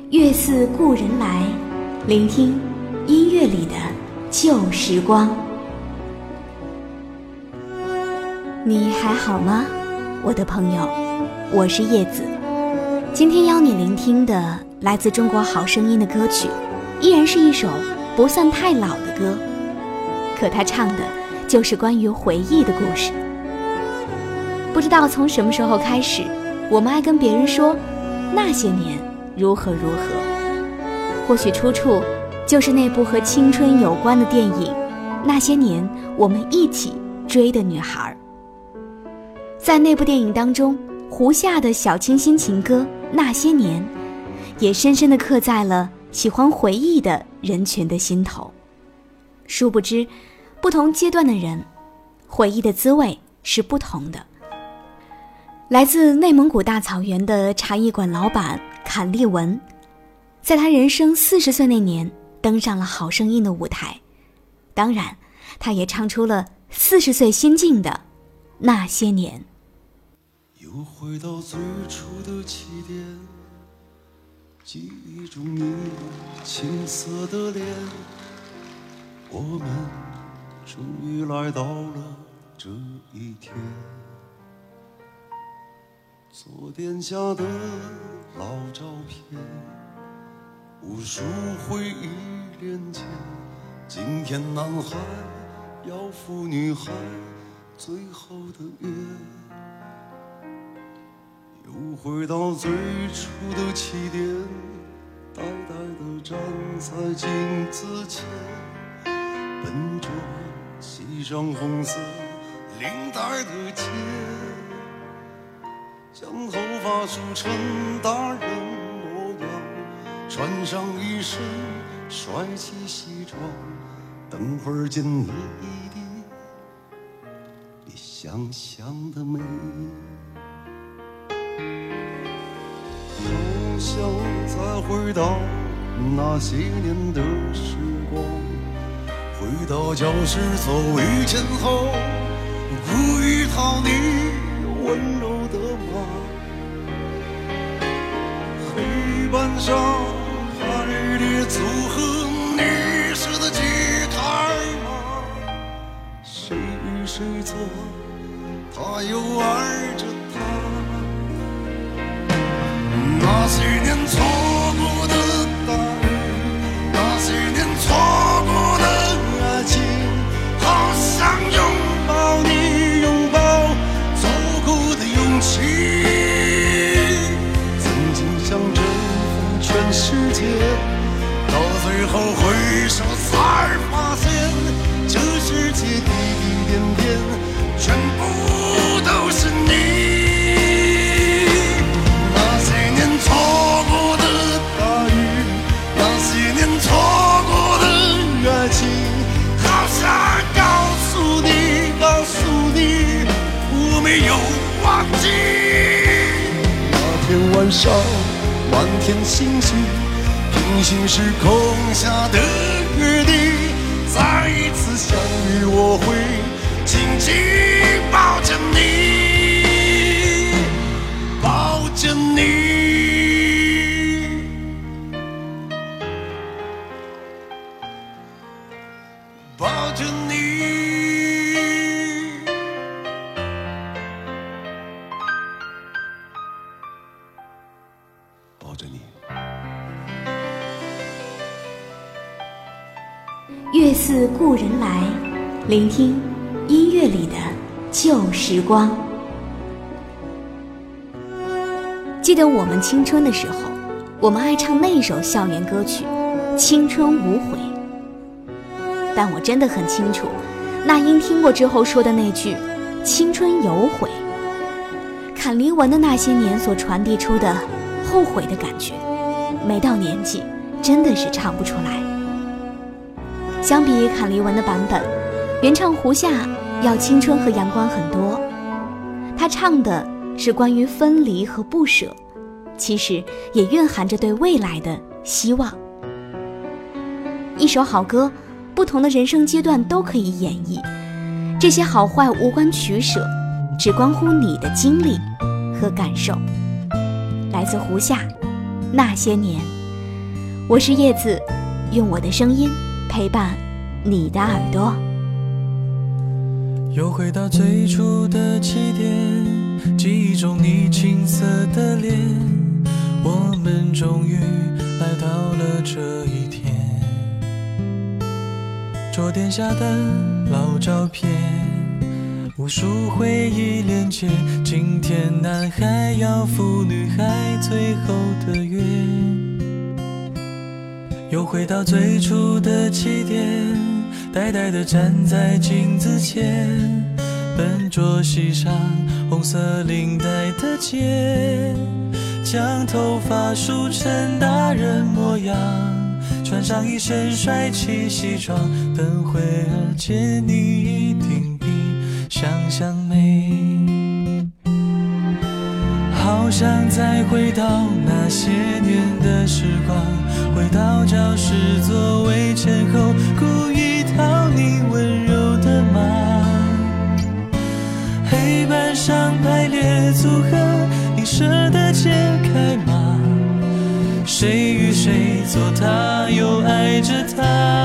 月似故人来，聆听音乐里的旧时光。你还好吗，我的朋友？我是叶子。今天邀你聆听的来自中国好声音的歌曲，依然是一首不算太老的歌，可他唱的就是关于回忆的故事。不知道从什么时候开始，我们爱跟别人说那些年如何如何，或许出处就是那部和青春有关的电影《那些年我们一起追的女孩》。在那部电影当中，胡夏的小清新情歌《那些年》也深深地刻在了喜欢回忆的人群的心头。殊不知，不同阶段的人，回忆的滋味是不同的。来自内蒙古大草原的茶艺馆老板坎立文，在他人生40岁那年登上了好声音的舞台，当然他也唱出了40岁心境的那些年。 又回到最初的起点，记忆中你青涩的脸，我们终于来到了这一天。昨天下的老照片，无数回忆连接，今天男孩要赴女孩最后的约，又回到最初的起点，呆呆地站在镜子前，笨拙系上红色领带的结，将头发梳成大人模样，穿上一身帅气西装，等会儿见你的比想象的美。好想再回到那些年的时光，回到教室座位前后，故意讨你温柔的骂，黑板上排列组合你时的吉他吗？谁与谁错，他又爱着他。那些年错过的大雨，那些年错过的爱情，好想拥抱你，拥抱走过的勇气。曾经想征服全世界，到最后回首才发现，这世界滴滴点点全部都是你。错过的大雨，那些年错过的爱情，好想告诉你，告诉你，我没有忘记。那天晚上，满天星星，平行时空下的约定，再一次相遇，我会紧紧抱着你，抱着你。抱着你，抱着你。 月似故人来，聆听音乐里的旧时光。记得我们青春的时候，我们爱唱那首校园歌曲《青春无悔》。但我真的很清楚，那英听过之后说的那句青春有悔，坎立文的那些年所传递出的后悔的感觉，没到年纪真的是唱不出来。相比坎立文的版本，原唱胡夏要青春和阳光很多，他唱的是关于分离和不舍，其实也蕴含着对未来的希望。一首好歌，不同的人生阶段都可以演绎，这些好坏无关取舍，只关乎你的经历和感受。来自胡夏，那些年我是叶子，用我的声音陪伴你的耳朵。 又回到最初的起点，记忆中你青涩的脸，我们终于来到了这一天。桌垫下的老照片，无数回忆连接，今天男孩要赴女孩最后的约。又回到最初的起点，呆呆地站在镜子前，笨拙系上红色领带的结，将头发梳成大人模样，穿上一身帅气西装，等会儿见你一定比想象美。好想再回到那些年的时光，回到教室座位前后，故意讨你温柔的骂。黑板上排列组合，你舍得解开吗？谁与谁做他，又爱着他。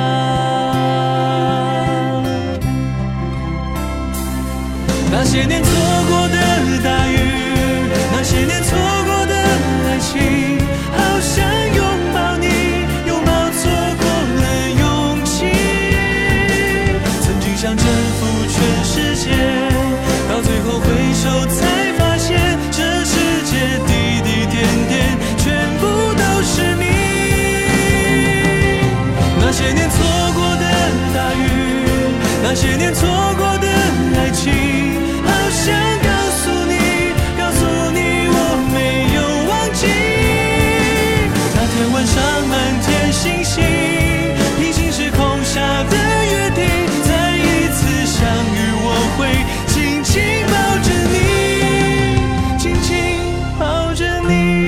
那些年错过的大雨，那些年错过的爱情，好想拥抱你，拥抱错过了勇气。曾经想征服全世界，到最后回首才发现，这世界滴滴点点全部都是你。那些年错过的大雨，那些年错过的爱情，好想告诉你，告诉你我没有忘记。那天晚上满天星星，平行时空下的约定，再一次相遇我会紧紧抱着你，紧紧抱着你。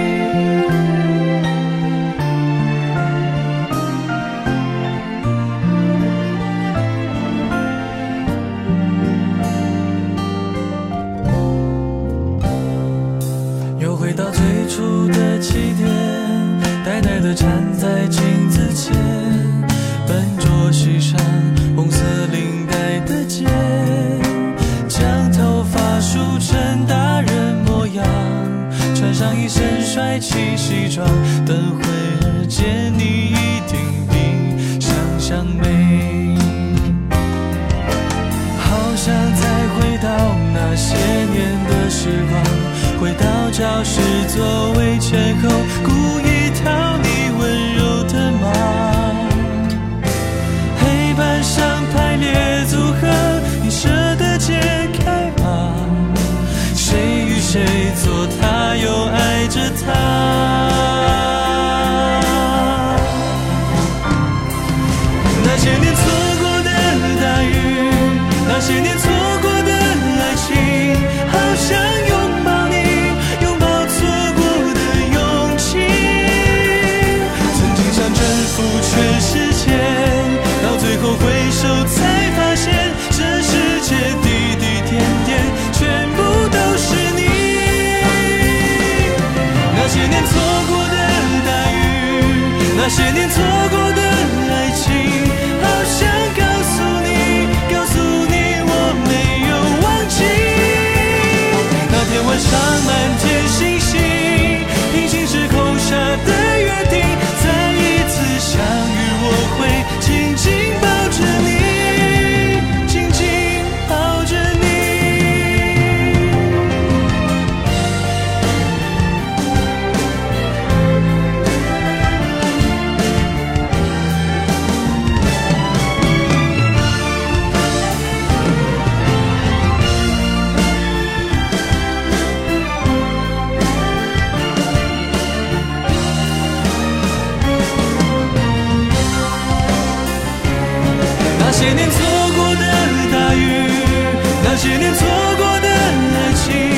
又回到最初的起点，呆呆地站在镜子前，笨拙系上红色领带的结，将头发梳成大人模样，穿上一身帅气西装，等会儿见你一定比想象美。好想再回到那些年的时光，回到教室座位前后，故意讨你温柔的骂。黑板上排列组合，你舍得解开吗？谁与谁做他，又爱着他。那些年错过的大雨，那些年错过的爱情，好想拥抱你，拥抱错过的勇气。曾经想征服全世界，到最后回首才发现，这世界滴滴点点全部都是你。那些年错过的大雨，那些年错过的爱情，好想告诉你，告诉你我没有忘记。那天晚上满天星星，平行时空下的约定，再一次相遇我会紧紧抱着你，紧紧抱着你。那些年错过的大雨，那些年错过的爱情，